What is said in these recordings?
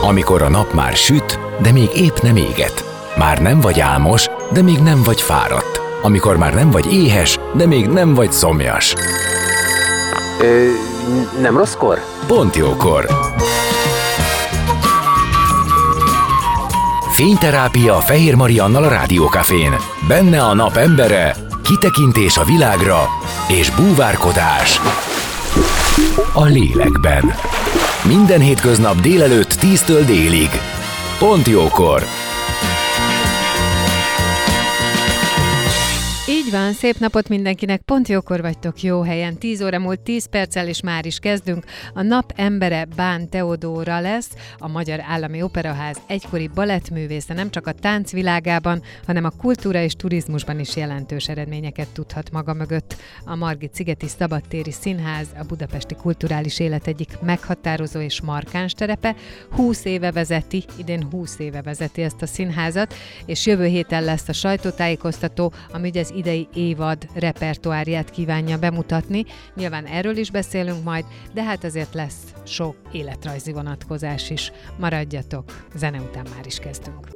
Amikor a nap már süt, de még épp nem éget. Már nem vagy álmos, de még nem vagy fáradt. Amikor már nem vagy éhes, de még nem vagy szomjas. Nem rosszkor? Pont jókor. Fényterápia Fehér Mariannal a Rádiókafén. Benne a nap embere, kitekintés a világra és búvárkodás a lélekben. Minden hétköznap délelőtt 10-től délig. Pont jókor. Így van, szép napot mindenkinek, pont jókor vagytok, jó helyen. 10 óra múlt 10 perccel, és már is kezdünk. A nap embere Bán Teodóra lesz, a Magyar Állami Operaház egykori balettművésze, nem csak a táncvilágában, hanem a kultúra és turizmusban is jelentős eredményeket tudhat maga mögött. A Margit-szigeti Szabadtéri Színház a budapesti kulturális élet egyik meghatározó és markáns terepe. 20 éve vezeti ezt a színházat, és jövő héten lesz a sajtótájékoztató, ami ugye az idei évad repertoárját kívánja bemutatni. Nyilván erről is beszélünk majd, de hát azért lesz sok életrajzi vonatkozás is. Maradjatok, zene után már is kezdünk.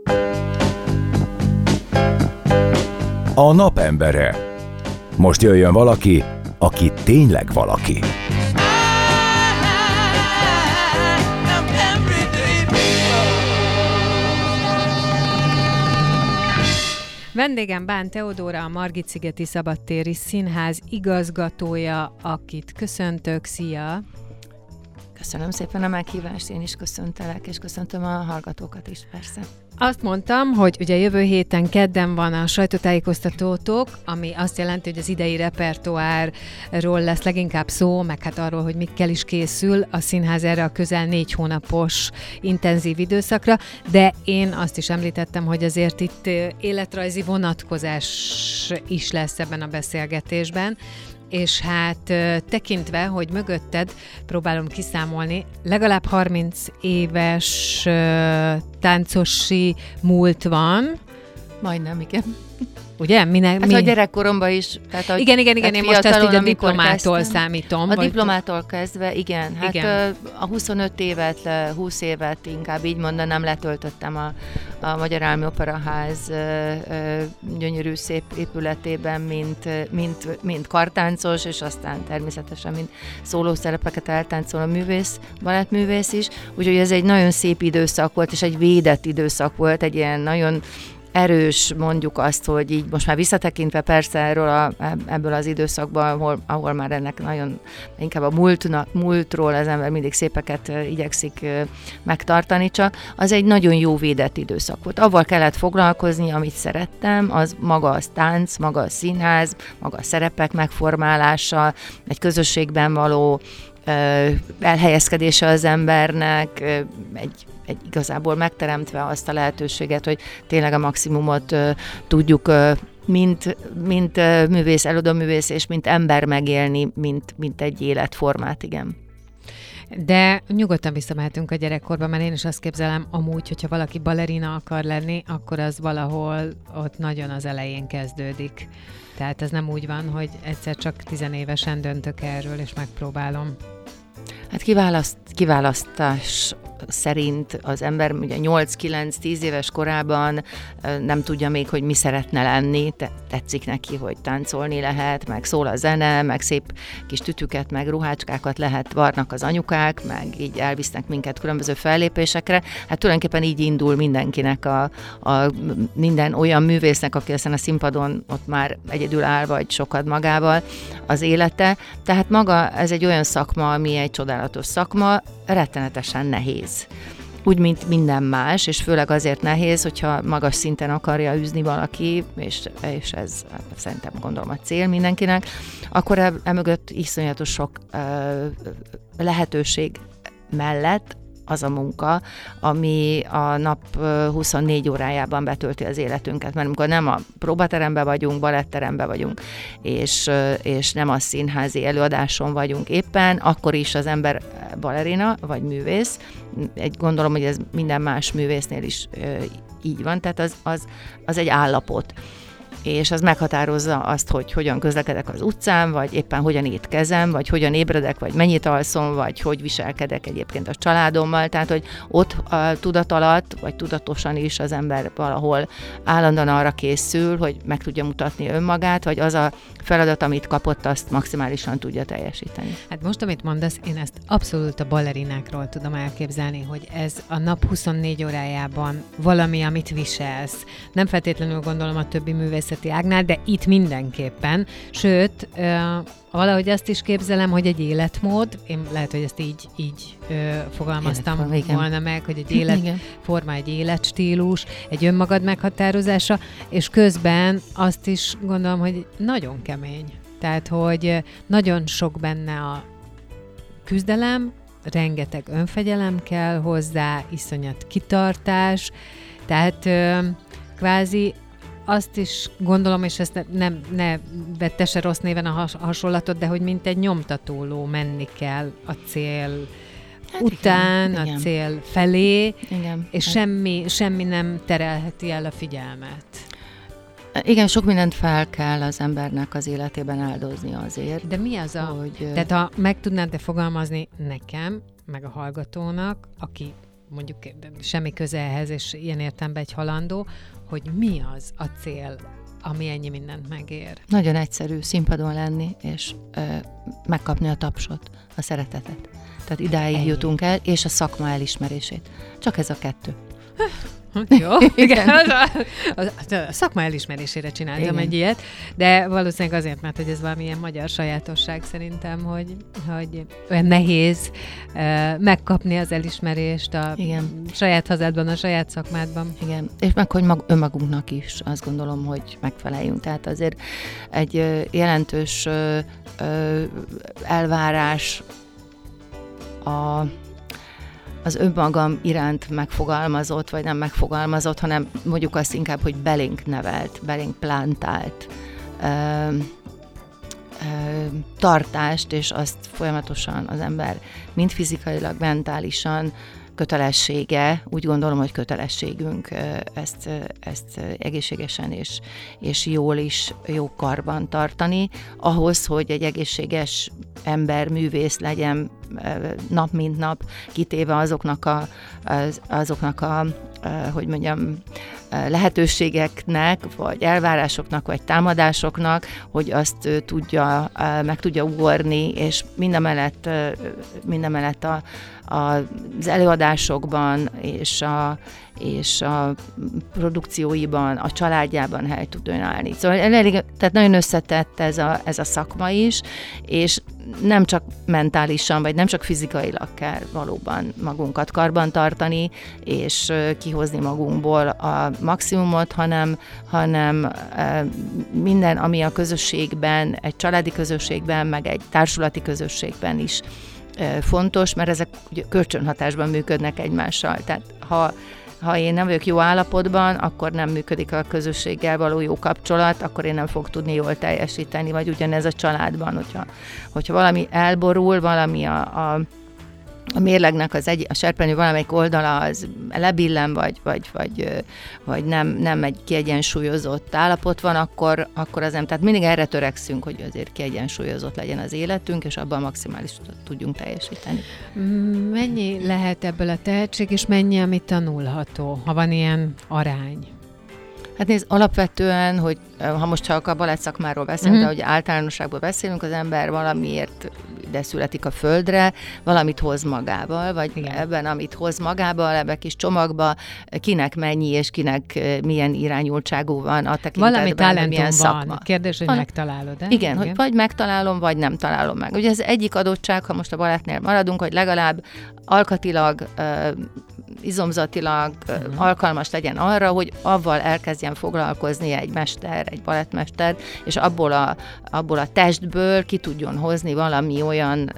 A napembere. Most jöjjön valaki, aki tényleg valaki. Vendégem Bán Teodóra, a Margit-szigeti Szabadtéri Színház igazgatója, akit köszöntök. Szia! Köszönöm szépen a meghívást, én is köszöntelek, és köszöntöm a hallgatókat is, persze. Azt mondtam, hogy ugye jövő héten kedden van a sajtótájékoztatótok, ami azt jelenti, hogy az idei repertoárról lesz leginkább szó, meg hát arról, hogy mikkel is készül a színház erre a közel 4 hónapos intenzív időszakra, de én azt is említettem, hogy azért itt életrajzi vonatkozás is lesz ebben a beszélgetésben, és hát tekintve, hogy mögötted próbálom kiszámolni, legalább 30 éves táncosi múlt van. Majdnem, igen. Ugye? A gyerekkoromban is. Tehát igen, én most ezt így a diplomától számítom. A diplomától kezdve, igen. Hát igen. A 25 évet, 20 évet inkább így mondanám, letöltöttem a Magyar Állami Operaház gyönyörű szép épületében, mint kartáncos, és aztán természetesen, mint szólószerepeket eltáncoló művész, balettművész is. Úgyhogy ez egy nagyon szép időszak volt, és egy védett időszak volt, egy ilyen nagyon erős, mondjuk azt, hogy így most már visszatekintve persze ebből az időszakban, ahol már ennek nagyon inkább a múltról az ember mindig szépeket igyekszik megtartani, csak az egy nagyon jó védett időszak volt. Avval kellett foglalkozni, amit szerettem, az maga a tánc, maga a színház, maga a szerepek megformálása, egy közösségben való elhelyezkedése az embernek, egy igazából megteremtve azt a lehetőséget, hogy tényleg a maximumot tudjuk mint művész, előadóművész, és mint ember megélni, mint egy életformát, igen. De nyugodtan visszamehetünk a gyerekkorba, mert én is azt képzelem amúgy, hogyha valaki balerina akar lenni, akkor az valahol ott nagyon az elején kezdődik. Tehát ez nem úgy van, hogy egyszer csak 10 évesen döntök erről, és megpróbálom. Hát kiválasztás szerint az ember ugye 8-9-10 éves korában nem tudja még, hogy mi szeretne lenni, tetszik neki, hogy táncolni lehet, meg szól a zene, meg szép kis tütüket, meg ruhácskákat varnak az anyukák, meg így elvisznek minket különböző fellépésekre. Hát tulajdonképpen így indul mindenkinek, a minden olyan művésznek, aki aztán a színpadon ott már egyedül áll, vagy sokat magával az élete. Tehát maga ez egy olyan szakma, ami egy csodálatos szakma, rettenetesen nehéz. Úgy, mint minden más, és főleg azért nehéz, hogyha magas szinten akarja űzni valaki, és ez szerintem gondolom a cél mindenkinek, akkor emögött iszonyatos sok lehetőség mellett az a munka, ami a nap 24 órájában betölti az életünket. Mert amikor nem a próbateremben vagyunk, baletteremben vagyunk, és nem a színházi előadáson vagyunk éppen, akkor is az ember balerina vagy művész. Gondolom, hogy ez minden más művésznél is így van, tehát az egy állapot. és az meghatározza azt, hogy hogyan közlekedek az utcán, vagy éppen hogyan étkezem, vagy hogyan ébredek, vagy mennyit alszom, vagy hogy viselkedek egyébként a családommal. Tehát, hogy ott a tudat alatt, vagy tudatosan is az ember valahol állandóan arra készül, hogy meg tudja mutatni önmagát, vagy az a feladat, amit kapott, azt maximálisan tudja teljesíteni. Hát most, amit mondasz, én ezt abszolút a balerinákról tudom elképzelni, hogy ez a nap 24 órájában valami, amit viselsz. Nem feltétlenül gondolom a többi művészeti ágnál, de itt mindenképpen. Sőt, valahogy azt is képzelem, hogy egy életmód, én lehet, hogy ezt így fogalmaztam volna meg, hogy egy életforma, egy életstílus, egy önmagad meghatározása, és közben azt is gondolom, hogy nagyon kemény. Tehát, hogy nagyon sok benne a küzdelem, rengeteg önfegyelem kell hozzá, iszonyat kitartás, tehát kvázi azt is gondolom, és ezt ne vettese rossz néven a hasonlatot, de hogy mint egy nyomtatóló menni kell a cél után, igen. A cél felé, igen. És semmi nem terelheti el a figyelmet. Igen, sok mindent fel kell az embernek az életében áldozni azért. De mi az Tehát ha meg tudnád te fogalmazni nekem, meg a hallgatónak, aki mondjuk semmi köze ehhez, és ilyen értelemben egy halandó, hogy mi az a cél, ami ennyi mindent megér? Nagyon egyszerű színpadon lenni, és megkapni a tapsot, a szeretetet. Tehát idáig jutunk el, és a szakma elismerését. Csak ez a kettő. Jó, igen. A szakma elismerésére csináltam egy ilyet, de valószínűleg azért, mert hogy ez valamilyen magyar sajátosság szerintem, hogy olyan nehéz megkapni az elismerést a saját hazádban, a saját szakmádban. Igen, és meg, hogy önmagunknak is azt gondolom, hogy megfeleljünk. Tehát azért egy jelentős elvárás az önmagam iránt megfogalmazott, vagy nem megfogalmazott, hanem mondjuk azt inkább, hogy belénk nevelt, belénk plántált tartást, és azt folyamatosan az ember mind fizikailag, mentálisan kötelessége, úgy gondolom, hogy kötelességünk ezt egészségesen és jól is, jó karban tartani, ahhoz, hogy egy egészséges ember, művész legyen nap mint nap kitéve azoknak a hogy mondjam, lehetőségeknek, vagy elvárásoknak, vagy támadásoknak, hogy azt meg tudja ugorni, és mindemellett az előadásokban és a produkcióiban, a családjában hely tudjon állni. Szóval tehát nagyon összetett ez a szakma is, és nem csak mentálisan, vagy nem csak fizikailag kell valóban magunkat karban tartani, és kihozni magunkból a maximumot, hanem minden, ami a közösségben, egy családi közösségben, meg egy társulati közösségben is fontos, mert ezek ugye kölcsönhatásban működnek egymással. Tehát ha én nem vagyok jó állapotban, akkor nem működik a közösséggel való jó kapcsolat, akkor én nem fogok tudni jól teljesíteni, vagy ugyanez a családban, hogyha valami elborul, valami a mérlegnek a serpenyő valamelyik oldala az lebillen, vagy nem egy kiegyensúlyozott állapot van, akkor az nem. Tehát mindig erre törekszünk, hogy azért kiegyensúlyozott legyen az életünk, és abban maximális tudjunk teljesíteni. Mennyi lehet ebből a tehetség, és mennyi, ami tanulható, ha van ilyen arány? Hát nézd, alapvetően, hogy ha csak a balett szakmáról beszélünk, de hogy általánosságban beszélünk, az ember valamiért ide születik a földre, valamit hoz magával, vagy ebben, amit hoz magával, ebben kis csomagba, kinek mennyi, és kinek milyen irányultságú van a tekintetben, milyen szakma. Van. Kérdés, hogy megtalálod-e? Igen, hogy vagy megtalálom, vagy nem találom meg. Ugye ez egyik adottság, ha most a balettnél maradunk, hogy legalább alkatilag, izomzatilag alkalmas legyen arra, hogy avval elkezdjen foglalkozni egy mester, egy balettmester, és abból a testből ki tudjon hozni valami olyan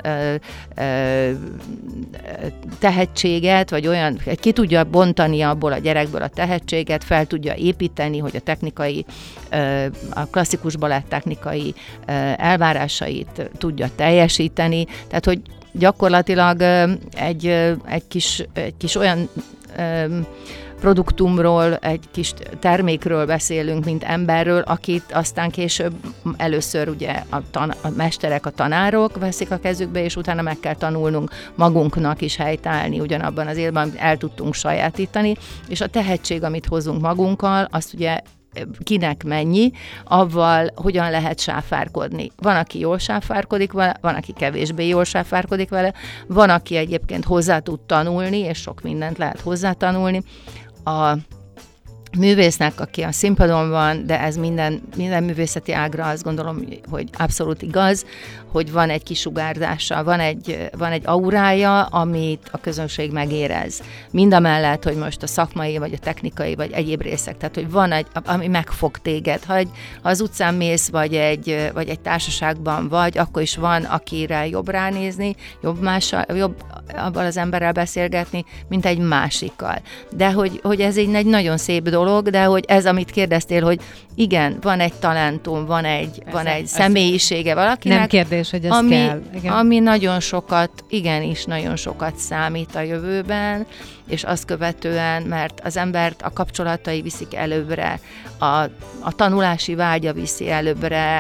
tehetséget, vagy olyan, ki tudja bontani abból a gyerekből a tehetséget, fel tudja építeni, hogy a technikai, a klasszikus balett technikai elvárásait tudja teljesíteni, tehát hogy gyakorlatilag egy kis olyan produktumról, egy kis termékről beszélünk, mint emberről, akit aztán később először ugye a mesterek, a tanárok veszik a kezükbe, és utána meg kell tanulnunk magunknak is helytállni ugyanabban az életben, amit el tudtunk sajátítani, és a tehetség, amit hozunk magunkkal, azt ugye kinek mennyi, avval hogyan lehet sáfárkodni. Van, aki jól sáfárkodik vele, van, aki kevésbé jól sáfárkodik vele, van, aki egyébként hozzá tud tanulni, és sok mindent lehet hozzá tanulni. A művésznek, aki a színpadon van, de ez minden művészeti ágra azt gondolom, hogy abszolút igaz, hogy van egy kisugárzása, van egy aurája, amit a közönség megérez. Mindamellett, hogy most a szakmai, vagy a technikai, vagy egyéb részek, tehát hogy van egy, ami megfog téged. Ha az utcán mész, vagy egy társaságban vagy, akkor is van, akire jobb ránézni, jobb abban az emberrel beszélgetni, mint egy másikkal. De hogy ez egy nagyon szép dolog, de hogy ez, amit kérdeztél, hogy igen, van egy talentum, van egy személyisége valakinek. Nem kérdés, hogy ez kell. Igen. Ami nagyon sokat, igenis nagyon sokat számít a jövőben, és azt követően, mert az embert a kapcsolatai viszik előbbre, a tanulási vágya viszi előbbre,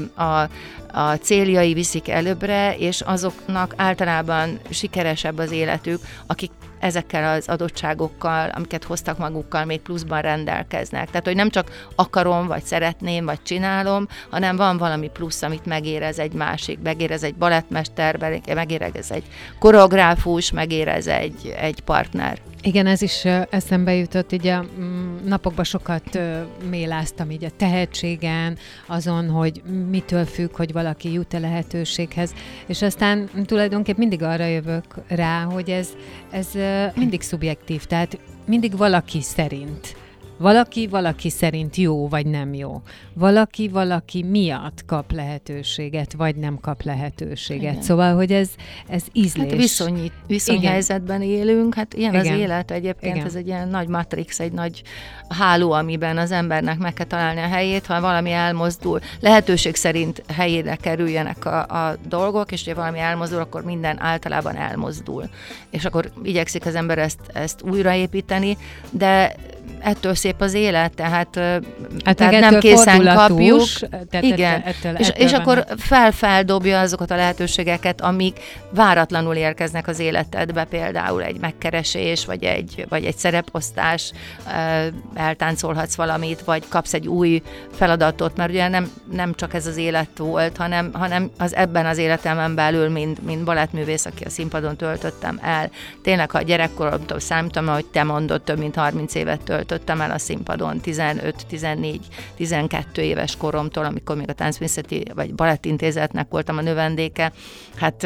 a céljai viszik előbbre, és azoknak általában sikeresebb az életük, akik ezekkel az adottságokkal, amiket hoztak magukkal, még pluszban rendelkeznek. Tehát, hogy nem csak akarom, vagy szeretném, vagy csinálom, hanem van valami plusz, amit megérez egy másik, megérez egy balettmester, megérez egy koreográfus, megérez egy partner. Igen, ez is eszembe jutott, így a napokban sokat méláztam így a tehetségen, azon, hogy mitől függ, hogy valaki jut-e lehetőséghez, és aztán tulajdonképpen mindig arra jövök rá, hogy ez mindig szubjektív, tehát mindig valaki szerint. Valaki szerint jó, vagy nem jó. Valaki miatt kap lehetőséget, vagy nem kap lehetőséget. Igen. Szóval, hogy ez ízlés. Hát viszonyhelyzetben élünk, hát ilyen igen. Az élet egyébként, igen. Ez egy ilyen nagy matrix, egy nagy háló, amiben az embernek meg kell találni a helyét, ha valami elmozdul. Lehetőség szerint helyére kerüljenek a dolgok, és ha valami elmozdul, akkor minden általában elmozdul. És akkor igyekszik az ember ezt újraépíteni, de ettől szép az élet, tehát nem készen kapjuk. Igen, és akkor feldobbja azokat a lehetőségeket, amik váratlanul érkeznek az életedbe, például egy megkeresés, vagy egy szereposztás, eltáncolhatsz valamit, vagy kapsz egy új feladatot, mert ugye nem csak ez az élet volt, hanem az ebben az életemben belül, mint balettművész, aki a színpadon töltöttem el. Tényleg, ha a gyerekkoromtól számítom, ahogy te mondod, több mint 30 évet töltöttem el a színpadon, 15, 14, 12 éves koromtól, amikor még a Táncművészeti vagy Balettintézetnek voltam a növendéke, hát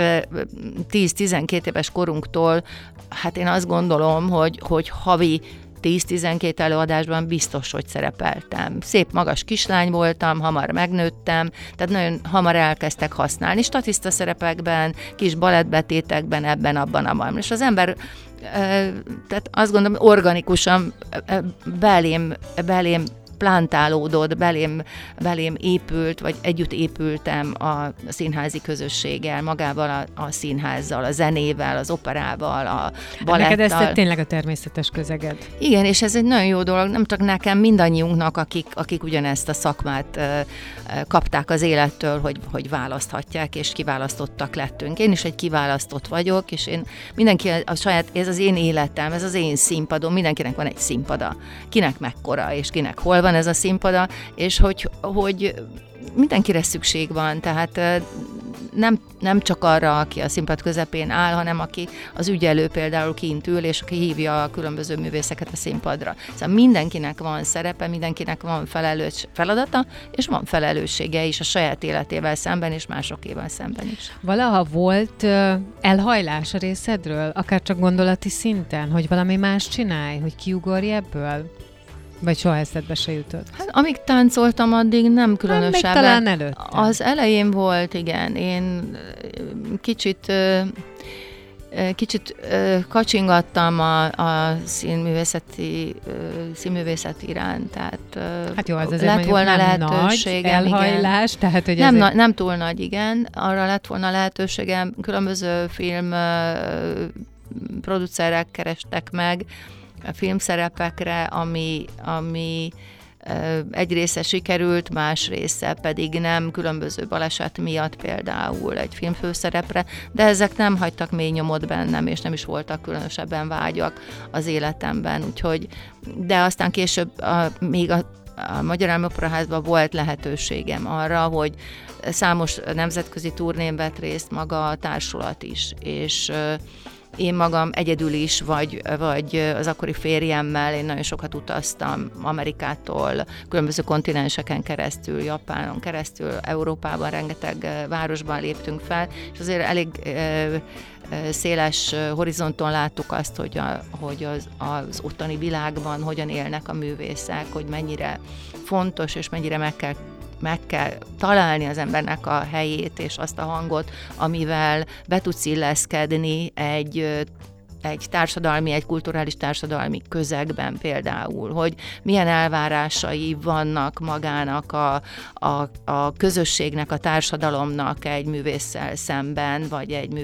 10-12 éves korunktól, hát én azt gondolom, hogy havi 10-12 előadásban biztos, hogy szerepeltem. Szép magas kislány voltam, hamar megnőttem, tehát nagyon hamar elkezdtek használni statiszta szerepekben, kis balettbetétekben, ebben, abban. És az ember tehát azt gondolom, organikusan belém plántálódott, belém épült, vagy együtt épültem a színházi közösséggel, magával a színházzal, a zenével, az operával, a balettal. Neked ez tényleg a természetes közeged. Igen, és ez egy nagyon jó dolog, nem csak nekem, mindannyiunknak, akik ugyanezt a szakmát kapták az élettől, hogy választhatják, és kiválasztottak lettünk. Én is egy kiválasztott vagyok, és mindenki a saját, ez az én életem, ez az én színpadom, mindenkinek van egy színpada. Kinek mekkora, és kinek hol van ez a színpada, és hogy mindenkire szükség van, tehát nem csak arra, aki a színpad közepén áll, hanem aki az ügyelő például kint ül, és aki hívja a különböző művészeket a színpadra. Szóval mindenkinek van szerepe, mindenkinek van feladata, és van felelőssége is a saját életével szemben, és másokével szemben is. Valaha volt elhajlás a részedről, akár csak gondolati szinten, hogy valami más csinálj, hogy kiugorj ebből? Vagy soha eszedbe se jutott? Hát, amíg táncoltam, addig nem különösebben. Még talán előtte. Az elején volt, igen. Én kicsit kacsingattam a színművészet iránt, tehát hát jó, az lett volna lehetőségem. Nagy elhajlás, igen. Tehát, hogy nem túl nagy, igen. Arra lett volna lehetőségem, különböző film producerek kerestek meg, filmszerepekre, ami egy része sikerült, más része pedig nem, különböző baleset miatt például egy filmfőszerepre, de ezek nem hagytak mély nyomot bennem, és nem is voltak különösebben vágyak az életemben, úgyhogy, de aztán később még a Magyar Állami Operaházban volt lehetőségem arra, hogy számos nemzetközi turnén vett részt maga a társulat is, és én magam egyedül is, vagy az akkori férjemmel, én nagyon sokat utaztam Amerikától, különböző kontinenseken keresztül, Japánon keresztül, Európában rengeteg városban léptünk fel, és azért elég széles horizonton láttuk azt, hogy az ottani világban hogyan élnek a művészek, hogy mennyire fontos, és mennyire meg kell találni az embernek a helyét és azt a hangot, amivel be tudsz illeszkedni egy társadalmi, egy kulturális társadalmi közegben például, hogy milyen elvárásai vannak magának a közösségnek, a társadalomnak egy művésszel szemben, vagy egy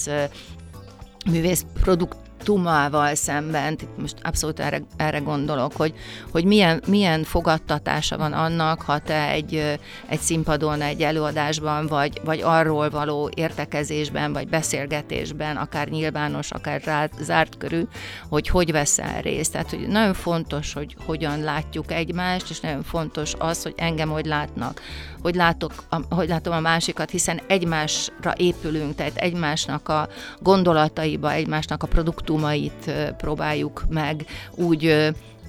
művész produktumával szemben, most abszolút erre gondolok, hogy milyen fogadtatása van annak, ha te egy színpadon, egy előadásban, vagy arról való értekezésben, vagy beszélgetésben, akár nyilvános, akár zárt körű, hogy veszel részt. Tehát hogy nagyon fontos, hogy hogyan látjuk egymást, és nagyon fontos az, hogy engem hogy látnak, hogy látom a másikat, hiszen egymásra épülünk, tehát egymásnak a gondolataiba, egymásnak a produktumait próbáljuk meg úgy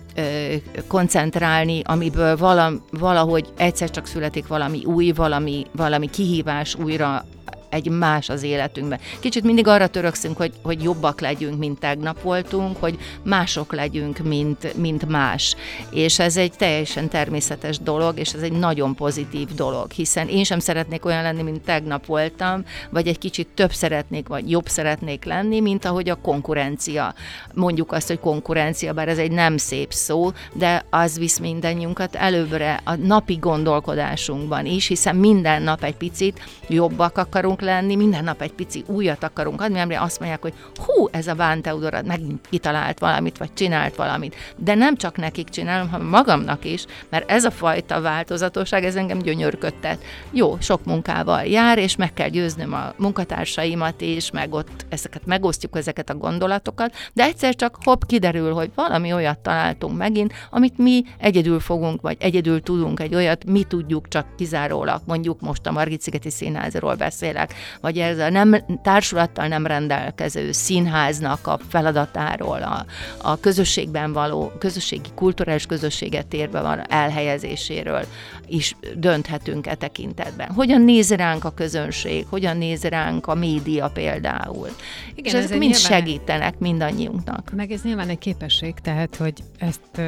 koncentrálni, amiből valahogy egyszer csak születik valami új, valami kihívás újra, egy más az életünkben. Kicsit mindig arra törökszünk, hogy jobbak legyünk, mint tegnap voltunk, hogy mások legyünk, mint más. És ez egy teljesen természetes dolog, és ez egy nagyon pozitív dolog, hiszen én sem szeretnék olyan lenni, mint tegnap voltam, vagy egy kicsit több szeretnék, vagy jobb szeretnék lenni, mint ahogy a konkurencia. Mondjuk azt, hogy konkurencia, bár ez egy nem szép szó, de az visz mindannyiunkat előbbre a napi gondolkodásunkban is, hiszen minden nap egy picit jobbak akarunk lenni, minden nap egy pici újat akarunk adni, amire azt mondják, hogy ez a Bán Teodor megint kitalált valamit, vagy csinált valamit. De nem csak nekik csinálom, hanem magamnak is, mert ez a fajta változatosság, ez engem gyönyörködtet. Jó, sok munkával jár, és meg kell győznöm a munkatársaimat is, meg ott megosztjuk ezeket a gondolatokat, de egyszer csak kiderül, hogy valami olyat találtunk megint, amit mi egyedül fogunk, vagy egyedül tudunk, egy olyat mi tudjuk csak kizárólag. Mondjuk most a Margit-szigeti Színházról beszélek, vagy ez a társulattal nem rendelkező színháznak a feladatáról, a közösségben való, kulturális közösséget térbe van elhelyezéséről is dönthetünk e tekintetben. Hogyan néz ránk a közönség, hogyan néz ránk a média például. Igen, és ezek mind segítenek mindannyiunknak. Meg ez nyilván egy képesség, tehát, hogy ezt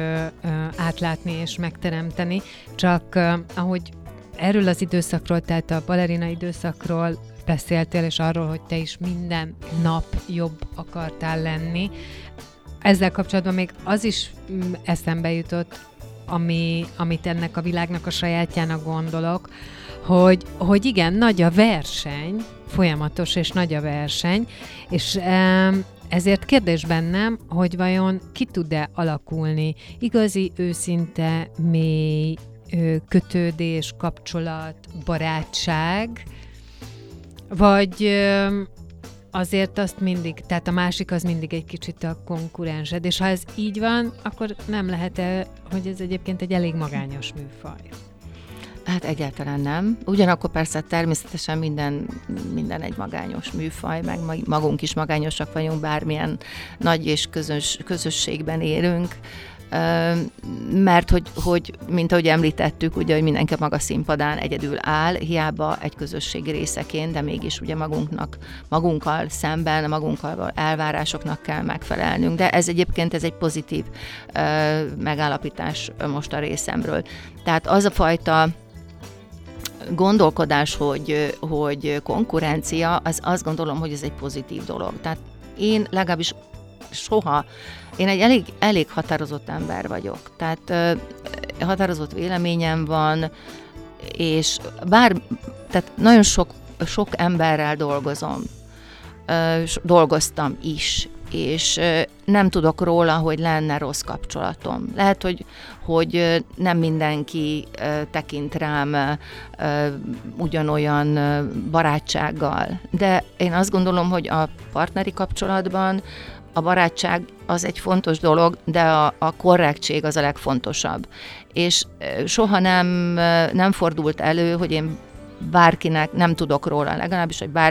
átlátni és megteremteni, csak ahogy erről az időszakról, tehát a balerina időszakról beszéltél, és arról, hogy te is minden nap jobb akartál lenni. Ezzel kapcsolatban még az is eszembe jutott, amit ennek a világnak a sajátjának gondolok, hogy igen, nagy a verseny, folyamatos és nagy a verseny, és ezért kérdés bennem, hogy vajon ki tud-e alakulni igazi, őszinte, mély kötődés, kapcsolat, barátság, vagy azért azt mindig, tehát a másik az mindig egy kicsit a konkurensed, és ha ez így van, akkor nem lehet-e, hogy ez egyébként egy elég magányos műfaj? Hát egyáltalán nem. Ugyanakkor persze természetesen minden egy magányos műfaj, meg magunk is magányosak vagyunk, bármilyen nagy és közösségben élünk, mert hogy mint ahogy említettük, ugye, hogy mindenki maga színpadán egyedül áll, hiába egy közösség részeként, de mégis ugye magunkkal szemben, magunkkal elvárásoknak kell megfelelnünk, de ez egyébként egy pozitív megállapítás most a részemről. Tehát az a fajta gondolkodás, hogy konkurencia, az azt gondolom, hogy ez egy pozitív dolog. Tehát én legalábbis én egy elég határozott ember vagyok. Tehát határozott véleményem van, és tehát nagyon sok emberrel dolgozom. dolgoztam is, és nem tudok róla, hogy lenne rossz kapcsolatom. Lehet, hogy nem mindenki tekint rám ugyanolyan barátsággal, de én azt gondolom, hogy a partneri kapcsolatban a barátság az egy fontos dolog, de a korrektség az a legfontosabb. És soha nem fordult elő, hogy én bárkinek, nem tudok róla legalábbis, hogy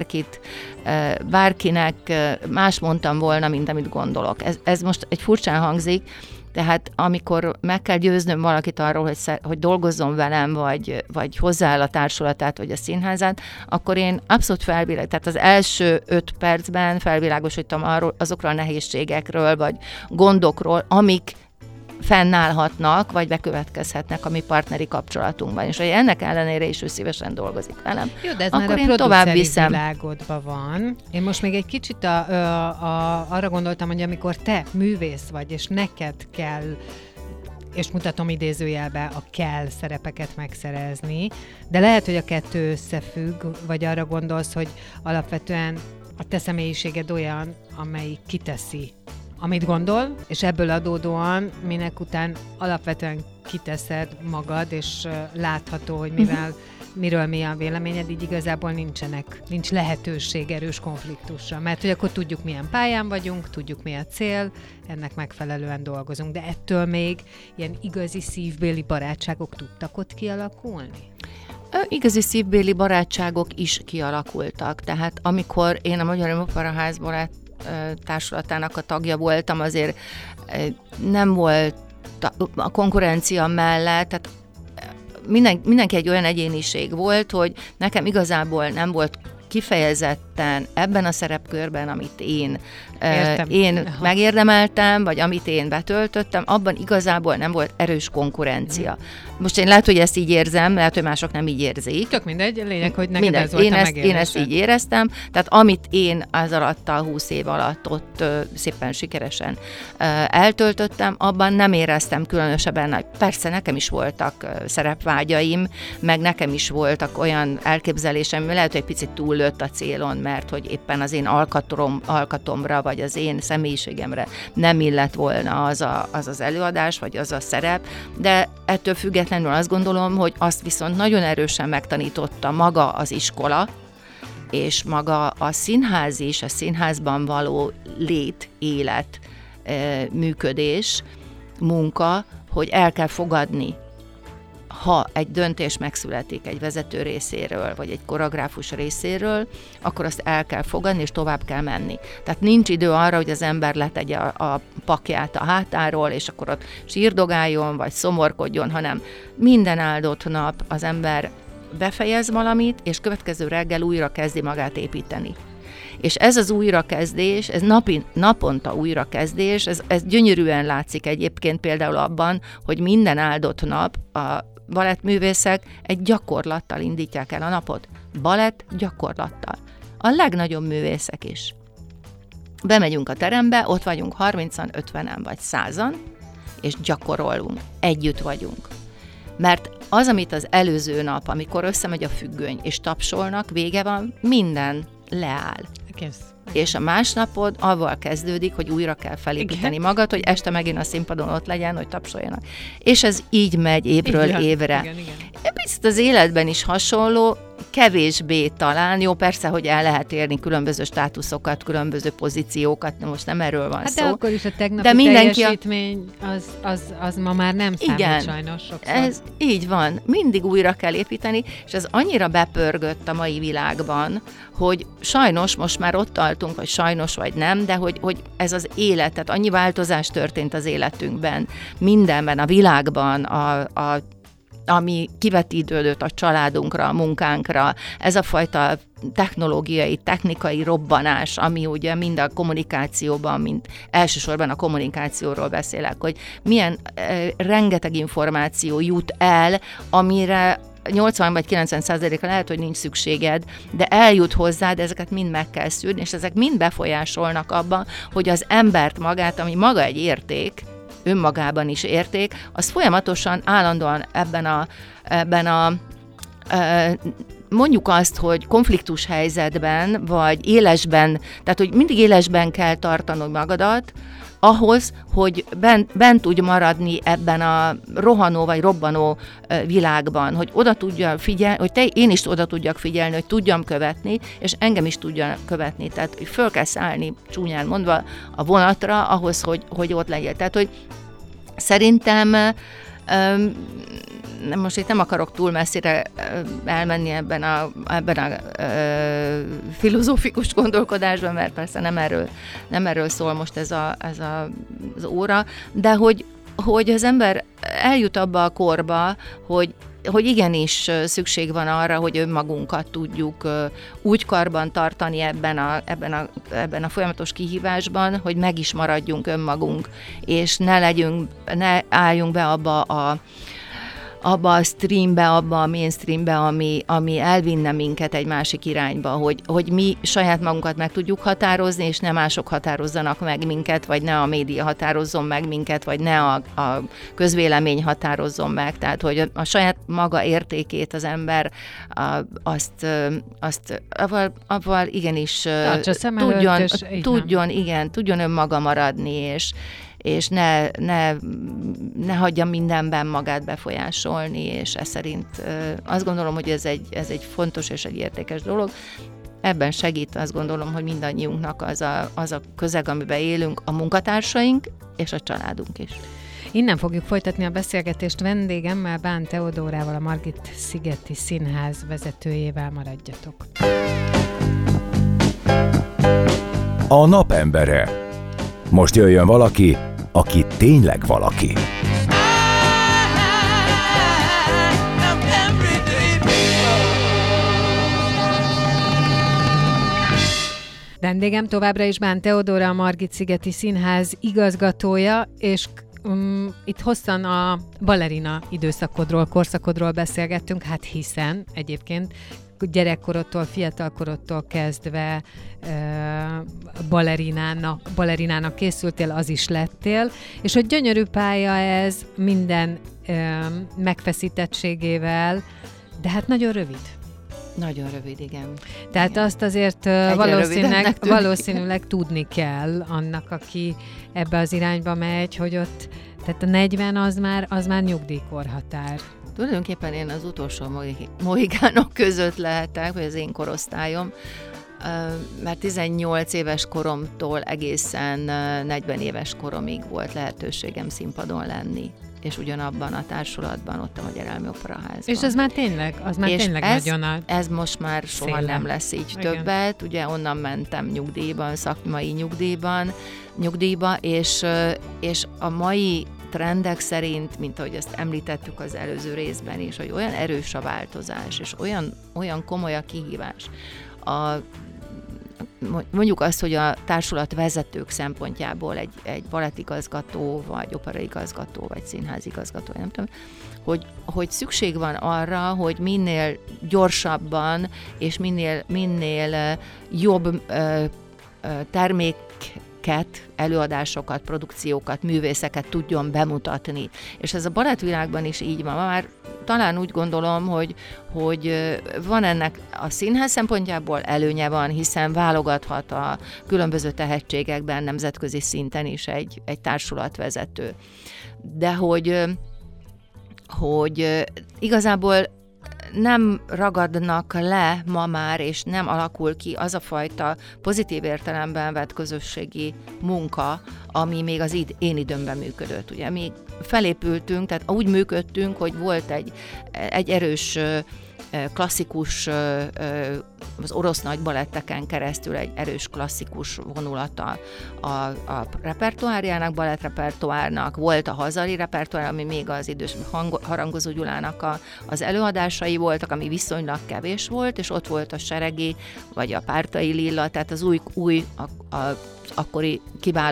bárkinek más mondtam volna, mint amit gondolok. Ez most egy furcsán hangzik, tehát amikor meg kell győznöm valakit arról, hogy dolgozzon velem, vagy hozzááll a társulatát, vagy a színházát, akkor én abszolút tehát az első 5 percben felvilágosítom azokról a nehézségekről, vagy gondokról, amik fennállhatnak, vagy bekövetkezhetnek a mi partneri kapcsolatunkban. És hogy ennek ellenére is ő szívesen dolgozik velem. Jó, de ez akkor már én a tovább viszem. Világodban van. Én most még egy kicsit arra gondoltam, hogy amikor te művész vagy, és neked kell, és mutatom idézőjelbe, a kell szerepeket megszerezni, de lehet, hogy a kettő összefügg, vagy arra gondolsz, hogy alapvetően a te személyiséged olyan, amelyik kiteszi, amit gondol, és ebből adódóan minek után alapvetően kiteszed magad, és látható, hogy miről mi a véleményed, így igazából nincs lehetőség erős konfliktusra, mert hogy akkor tudjuk, milyen pályán vagyunk, tudjuk, mi a cél, ennek megfelelően dolgozunk, de ettől még ilyen igazi szívbéli barátságok tudtak ott kialakulni? Igazi szívbéli barátságok is kialakultak, tehát amikor én a Magyar Operaház társulatának a tagja voltam, azért nem volt a konkurencia mellett, tehát mindenki egy olyan egyéniség volt, hogy nekem igazából nem volt kifejezetten ebben a szerepkörben, amit én megérdemeltem, vagy amit én betöltöttem, abban igazából nem volt erős konkurencia. Most én lehet, hogy ezt így érzem, lehet, hogy mások nem így érzik. Tök mindegy, lényeg, hogy neked ez volt a megélésed. Én ezt így éreztem, tehát amit én az alatt a 20 év alatt ott szépen sikeresen eltöltöttem, abban nem éreztem különösebben, persze nekem is voltak szerepvágyaim, meg nekem is voltak olyan elképzelésem, lehet, hogy egy picit túllőtt a célon, mert hogy éppen az én alkatomra, vagy az én személyiségemre nem illett volna az előadás, vagy az a szerep, de ettől függetlenül azt gondolom, hogy azt viszont nagyon erősen megtanította maga az iskola, és maga a színház és a színházban való lét, élet, működés, munka, hogy el kell fogadni, ha egy döntés megszületik egy vezető részéről, vagy egy koreográfus részéről, akkor azt el kell fogadni, és tovább kell menni. Tehát nincs idő arra, hogy az ember letegye a pakját a hátáról, és akkor ott sírdogáljon, vagy szomorkodjon, hanem minden áldott nap az ember befejez valamit, és következő reggel újra kezdi magát építeni. És ez az újrakezdés, ez naponta újrakezdés, ez gyönyörűen látszik egyébként például abban, hogy minden áldott nap a balettművészek egy gyakorlattal indítják el a napot. Balett gyakorlattal. A legnagyobb művészek is. Bemegyünk a terembe, ott vagyunk 30-an, 50-en vagy 100-an, és gyakorolunk, együtt vagyunk. Mert az, amit az előző nap, amikor összemegy a függöny, és tapsolnak, vége van, minden leáll. Kész. És a másnapod avval kezdődik, hogy újra kell felépíteni magad, hogy este megint a színpadon ott legyen, hogy tapsoljanak. És ez így megy évről évre. Igen. Picit az életben is hasonló, kevésbé talán, jó, persze, hogy el lehet érni különböző státuszokat, különböző pozíciókat, most nem erről van szó. De akkor is a tegnapi teljesítmény az ma már nem számít sajnos sokszor. Ez így van, mindig újra kell építeni, és ez annyira bepörgött a mai világban, hogy sajnos most már ott tartunk, vagy sajnos, vagy nem, de hogy ez az élet, tehát annyi változás történt az életünkben, mindenben, a világban, ami kivetítődött a családunkra, a munkánkra, ez a fajta technikai robbanás, ami ugye mind a kommunikációban, mind elsősorban a kommunikációról beszélek, hogy milyen rengeteg információ jut el, amire 80 vagy 90%-ra lehet, hogy nincs szükséged, de eljut hozzá, de ezeket mind meg kell szűrni, és ezek mind befolyásolnak abban, hogy az embert magát, ami maga egy érték, önmagában is érték, az folyamatosan, állandóan ebben a mondjuk azt, hogy konfliktus helyzetben, vagy élesben, tehát hogy mindig élesben kell tartanod magadat, ahhoz, hogy bent tudj maradni ebben a rohanó vagy robbanó világban, hogy oda tudja figyelni, hogy én is oda tudjak figyelni, hogy tudjam követni, és engem is tudja követni. Tehát, hogy föl kell szállni, csúnyán mondva, a vonatra ahhoz, hogy ott legyél. Tehát, hogy szerintem most itt nem akarok túl messzire elmenni ebben a filozófikus gondolkodásban, mert persze nem erről szól most ez az óra, de hogy az ember eljut abba a korba, hogy igenis szükség van arra, hogy önmagunkat tudjuk úgy karban tartani ebben a folyamatos kihívásban, hogy meg is maradjunk önmagunk, és ne álljunk be abba a streambe, abba a mainstreambe, ami elvinne minket egy másik irányba, hogy mi saját magunkat meg tudjuk határozni, és ne mások határozzanak meg minket, vagy ne a média határozzon meg minket, vagy ne a közvélemény határozzon meg. Tehát, hogy a saját maga értékét az ember avval igenis tudjon önmaga maradni, és ne hagyja mindenben magát befolyásolni, és ez szerint azt gondolom, hogy ez egy fontos és egy értékes dolog. Ebben segít, azt gondolom, hogy mindannyiunknak az a közeg, amiben élünk, a munkatársaink és a családunk is. Innen fogjuk folytatni a beszélgetést vendégemmel, Bán Teodórával, a Margit-szigeti Színház vezetőjével. Maradjatok! A napembere. Most jöjjön valaki, aki tényleg valaki. Vendégem továbbra is Bán Teodóra, a Margit-szigeti Színház igazgatója, és itt hosszan a balerina időszakodról, korszakodról beszélgettünk, hát hiszen egyébként gyerekkorodtól, fiatalkorodtól kezdve balerinának készültél, az is lettél, és hogy gyönyörű pálya ez minden megfeszítettségével, de hát nagyon rövid. Nagyon rövid, igen. Tehát igen. Azt azért valószínűleg tudni kell annak, aki ebbe az irányba megy, hogy ott, tehát a 40 az már nyugdíjkorhatár. Tulajdonképpen én az utolsó mohikánok között lehetek, vagy az én korosztályom, mert 18 éves koromtól egészen 40 éves koromig volt lehetőségem színpadon lenni, és ugyanabban a társulatban, ott a Magyar Állami Operaházban. És ez már tényleg nagyon ez most már soha szélen. Nem lesz így igen. Többet, ugye onnan mentem nyugdíjban, szakmai nyugdíjba, és a mai trendek szerint, mint ahogy ezt említettük az előző részben is, hogy olyan erős a változás, és olyan komoly a kihívás. Mondjuk azt, hogy a társulat vezetők szempontjából egy balettigazgató, vagy operaigazgató, vagy színházigazgató, nem tudom, hogy szükség van arra, hogy minél gyorsabban, és minél jobb előadásokat, produkciókat, művészeket tudjon bemutatni. És ez a balettvilágban is így van. Már talán úgy gondolom, hogy van ennek a színház szempontjából előnye van, hiszen válogathat a különböző tehetségekben nemzetközi szinten is egy társulatvezető. De hogy igazából nem ragadnak le ma már, és nem alakul ki az a fajta pozitív értelemben vett közösségi munka, ami még az én időmben működött. Ugye mi felépültünk, tehát úgy működtünk, hogy volt egy erős klasszikus, az orosz nagy baletteken keresztül egy erős klasszikus vonulata a repertoárjának, balettrepertoárnak, volt a hazai repertoár, ami még az idős Harangozó Gyulának az előadásai voltak, ami viszonylag kevés volt, és ott volt a Seregi, vagy a Pártai Lilla, tehát az új akkori kiváló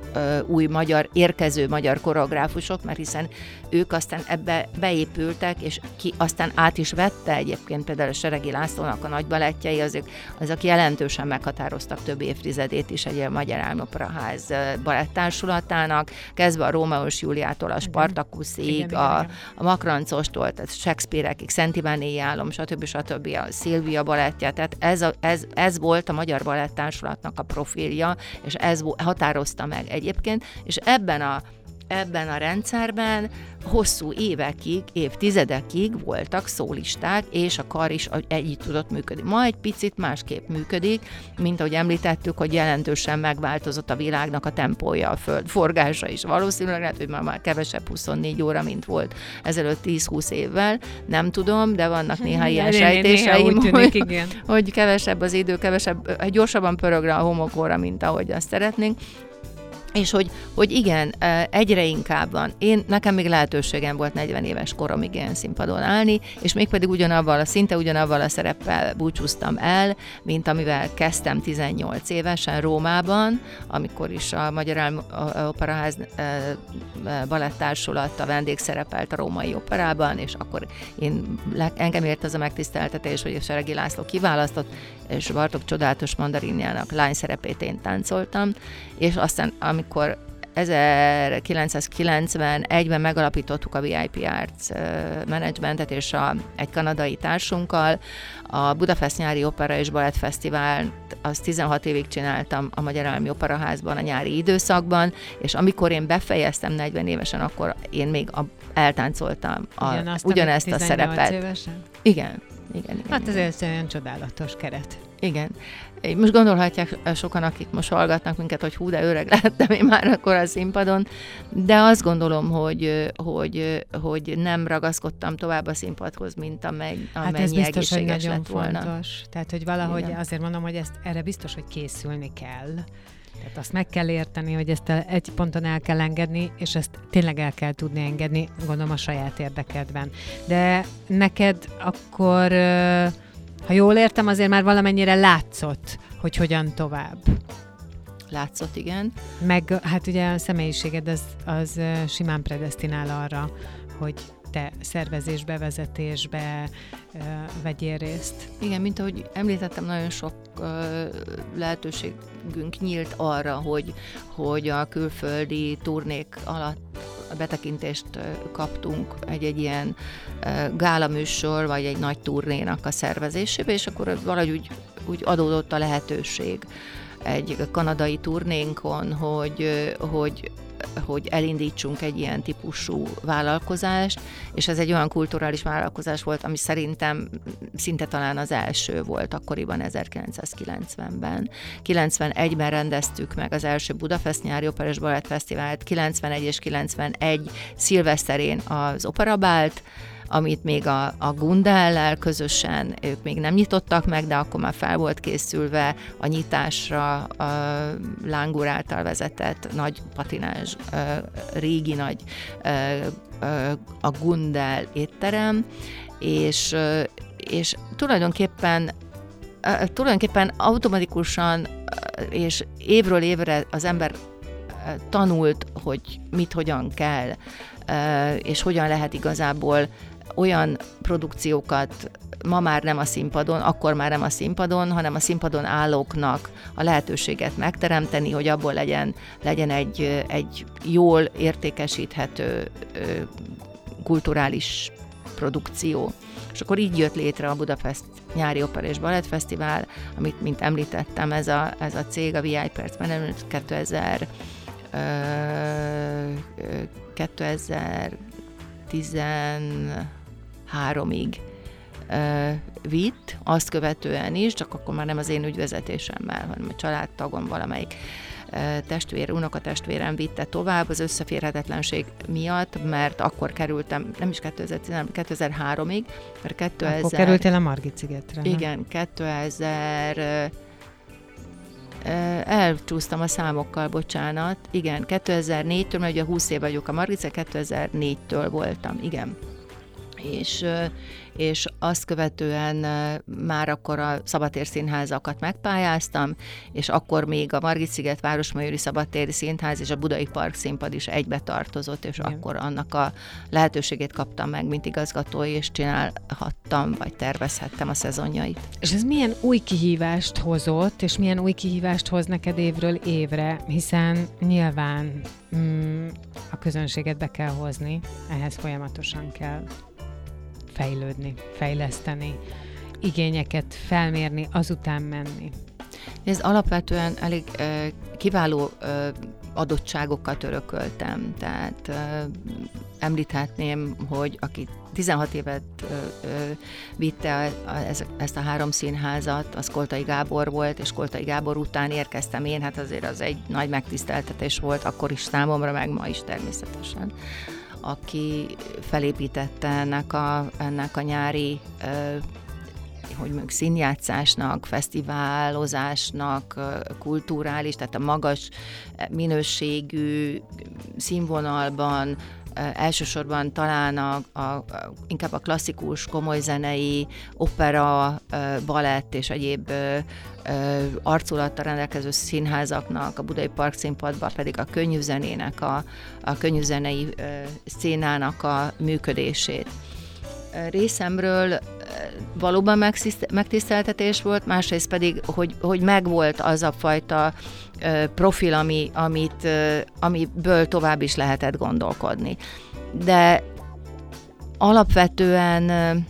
új érkező magyar koreográfusok, mert hiszen ők aztán ebbe beépültek, és ki aztán át is vette egyébként például a Seregi Lászlónak a nagy balettjei, azok jelentősen meghatároztak több évtizedét is egy Magyar Állami Operaház balettársulatának, kezdve a Rómeós Júliától a Spartakuszig, a Makrancostól, tehát Shakespeare-ekig, Szent Ivánéi Álom, stb. A Szilvia balettje, tehát ez volt a Magyar Baletttársulatnak a profilja, és ez határozta meg egyébként, és ebben a rendszerben hosszú évekig, évtizedekig voltak szólisták, és a kar is együtt tudott működni. Ma egy picit másképp működik, mint ahogy említettük, hogy jelentősen megváltozott a világnak a tempója, a föld forgása is. Valószínűleg lehet, hogy már kevesebb 24 óra, mint volt ezelőtt 10-20 évvel. Nem tudom, de vannak néha ilyen sejtéseim, hogy kevesebb az idő, gyorsabban pörögre a homokóra, mint ahogy azt szeretnénk. És hogy igen, egyre inkább van. Nekem még lehetőségem volt 40 éves koromig ilyen színpadon állni, és mégpedig szinte ugyanavval a szereppel búcsúztam el, mint amivel kezdtem 18 évesen Rómában, amikor is a Magyar Állami Operaház baletttársulat a vendégszerepelt a Római Operában, és akkor engem ért az a megtiszteltetés, hogy a Seregi László kiválasztott, és Bartók csodálatos mandarinjának lányszerepét én táncoltam, és aztán amikor 1991-ben megalapítottuk a VIP Arts Managementet, és egy kanadai társunkkal a Budapest Nyári Opera és Balett Fesztivált, azt 16 évig csináltam a Magyar Állami Operaházban a nyári időszakban, és amikor én befejeztem 40 évesen, akkor én még eltáncoltam ugyanezt a szerepet. Évesen? Igen. Hát ez olyan csodálatos keret. Igen. Most gondolhatják sokan, akik most hallgatnak minket, hogy hú, de öreg lettem én már akkor a színpadon, de azt gondolom, hogy nem ragaszkodtam tovább a színpadhoz, mint amennyi egészséges lett volna. Fontos. Tehát, hogy valahogy igen. Azért mondom, hogy erre biztos, hogy készülni kell. Tehát azt meg kell érteni, hogy ezt egy ponton el kell engedni, és ezt tényleg el kell tudni engedni, gondolom a saját érdekedben. De neked akkor, ha jól értem, azért már valamennyire látszott, hogy hogyan tovább. Látszott, igen. Meg hát ugye a személyiséged az simán predesztinál arra, hogy te szervezésbe, vezetésbe vegyél részt. Igen, mint ahogy említettem, nagyon sok lehetőségünk nyílt arra, hogy a külföldi turnék alatt betekintést kaptunk egy ilyen gálaműsor, vagy egy nagy turnénak a szervezésébe, és akkor valahogy úgy adódott a lehetőség egy kanadai turnénkon, hogy elindítsunk egy ilyen típusú vállalkozást, és ez egy olyan kulturális vállalkozás volt, ami szerintem szinte talán az első volt akkoriban 1990-ben. 91-ben rendeztük meg az első Budapest Nyári Opera és Balett Fesztivált, 91 és 91 szilveszterén az Operabált, amit még a Gundellel közösen ők még nem nyitottak meg, de akkor már fel volt készülve a nyitásra a Láng úr által vezetett nagy patinázs, régi nagy a Gundel étterem, és tulajdonképpen automatikusan és évről évre az ember tanult, hogy mit hogyan kell, és hogyan lehet igazából olyan produkciókat ma már nem a színpadon, akkor már nem a színpadon, hanem a színpadon állóknak a lehetőséget megteremteni, hogy abból legyen egy jól értékesíthető kulturális produkció. És akkor így jött létre a Budapest Nyári Opera és Balett Fesztivál, amit, mint említettem, ez a cég, a VIP Arts Management 2013-ig vitt, azt követően is, csak akkor már nem az én ügyvezetésemmel, hanem a családtagom valamelyik unokatestvérem vitte tovább az összeférhetetlenség miatt, mert akkor kerültem, nem is 2003-ig, mert Akkor kerültél a Margit szigetre. Igen, elcsúsztam a számokkal, bocsánat. Igen, 2004-től, mert ugye 20 év vagyok a Margit, 2004-től voltam, igen. és azt követően már akkor a szabadtéri színházakat megpályáztam, és akkor még a Margit-sziget Városmajori Szabadtéri Színház és a Budai Parkszínpad is egybe tartozott, és akkor annak a lehetőségét kaptam meg, mint igazgató, és csinálhattam, vagy tervezhettem a szezonjait. És ez milyen új kihívást hozott, és milyen új kihívást hoz neked évről évre, hiszen nyilván a közönséget be kell hozni, ehhez folyamatosan kell fejlődni, fejleszteni, igényeket felmérni, azután menni. Ez alapvetően elég kiváló adottságokat örököltem, tehát említhetném, hogy aki 16 évet vitte ezt a 3 színházat, az Koltai Gábor volt, és Koltai Gábor után érkeztem én, hát azért az egy nagy megtiszteltetés volt, akkor is számomra, meg ma is természetesen, aki felépítette ennek a nyári hogy mondjuk színjátszásnak, fesztiválozásnak, kulturális, tehát a magas minőségű színvonalban, elsősorban talán inkább a klasszikus, komoly zenei, opera, balett és egyéb arculattal rendelkező színházaknak, a Budai Parkszínpadban pedig a könnyű zenének, a könnyű zenei szcénának a működését. Részemről valóban megtiszteltetés volt, másrészt pedig, hogy megvolt az a fajta profil, amiből tovább is lehetett gondolkodni. De alapvetően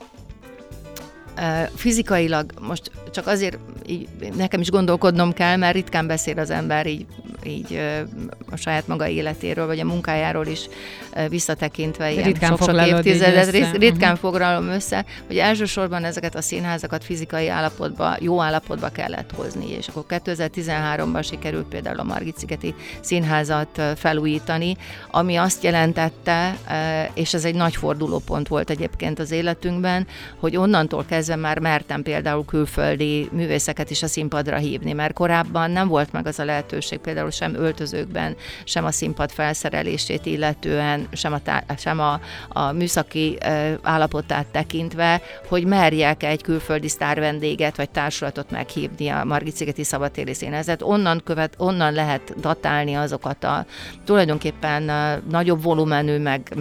fizikailag most csak azért így nekem is gondolkodnom kell, mert ritkán beszél az ember így a saját maga életéről, vagy a munkájáról is visszatekintve ilyen sok-sok évtizedet, ritkán foglalom össze, hogy elsősorban ezeket a színházakat fizikai állapotba, jó állapotba kellett hozni, és akkor 2013-ban sikerült például a Margit-szigeti Színházat felújítani, ami azt jelentette, és ez egy nagy fordulópont volt egyébként az életünkben, hogy onnantól kezdve már mertem például külföldi művészeket is a színpadra hívni, mert korábban nem volt meg az a lehetőség, például sem öltözőkben, sem a színpad felszerelését illetően, sem a műszaki állapotát tekintve, hogy merjek egy külföldi sztárvendéget vagy társulatot meghívni a Margit-szigeti Szabadtéri Színházat. Onnan lehet datálni azokat a tulajdonképpen nagyobb volumenű,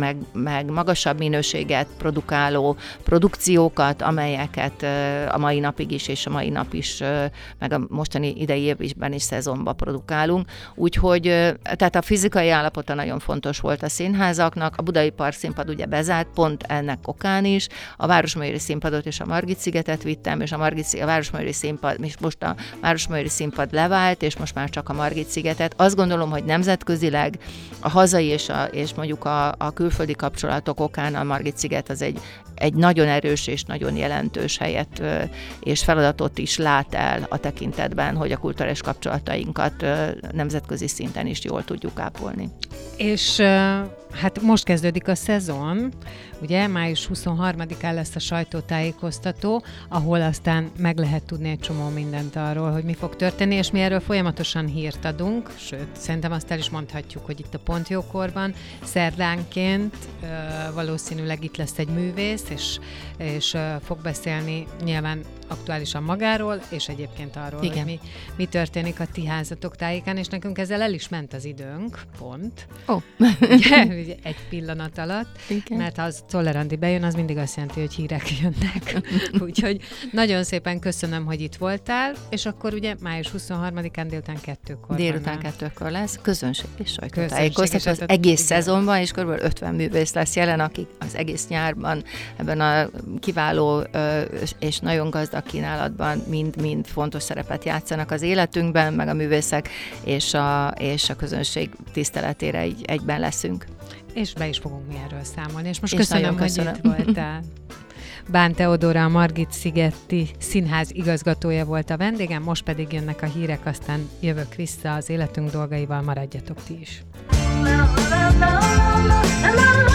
meg magasabb minőséget produkáló produkciókat, amelyeket a mai napig is, és a mai nap is, meg a mostani idei évben is szezonban produkálunk. Úgyhogy, tehát a fizikai állapota nagyon fontos volt a színházaknak, a Budai Parkszínpad ugye bezárt, pont ennek okán is, a Városmajori Színpadot és a Margit-szigetet vittem, és a Városmajori Színpad, most a Városmajori Színpad levált, és most már csak a Margit-szigetet. Azt gondolom, hogy nemzetközileg a hazai és mondjuk a külföldi kapcsolatok okán a Margit-sziget az egy nagyon erős és nagyon jelentős helyet és feladatot is lát el a tekintetben, hogy a kulturális kapcsolatainkat nemzetközi szinten is jól tudjuk ápolni. És hát most kezdődik a szezon, ugye május 23-án lesz a sajtótájékoztató, ahol aztán meg lehet tudni egy csomó mindent arról, hogy mi fog történni, és mi erről folyamatosan hírt adunk, sőt, szerintem azt el is mondhatjuk, hogy itt a Pont Jókorban szerdánként valószínűleg itt lesz egy művész, és fog beszélni nyilván aktuálisan magáról, és egyébként arról, igen, hogy mi történik a ti házatok tájékán, és nekünk ezzel el is ment az időnk, pont. Ugye, egy pillanat alatt, igen, mert ha az Czoller Andi bejön, az mindig azt jelenti, hogy hírek jönnek. Úgyhogy nagyon szépen köszönöm, hogy itt voltál, és akkor ugye május 23-án délután 2-kor. Délután 2-kor lesz, közönség és sajtótájékoztató az egész szezonban, és kb. 50 művész lesz jelen, akik az egész nyárban ebben a kiváló és nagyon gazdag kínálatban mind fontos szerepet játszanak az életünkben, meg a művészek és a közönség tiszteletére így egyben leszünk. És be is fogunk mi erről számolni. És most köszönöm, hogy itt voltál. Bán Teodóra, a Margit-szigeti Színház igazgatója volt a vendégem, most pedig jönnek a hírek, aztán jövök vissza az életünk dolgaival, maradjatok ti is.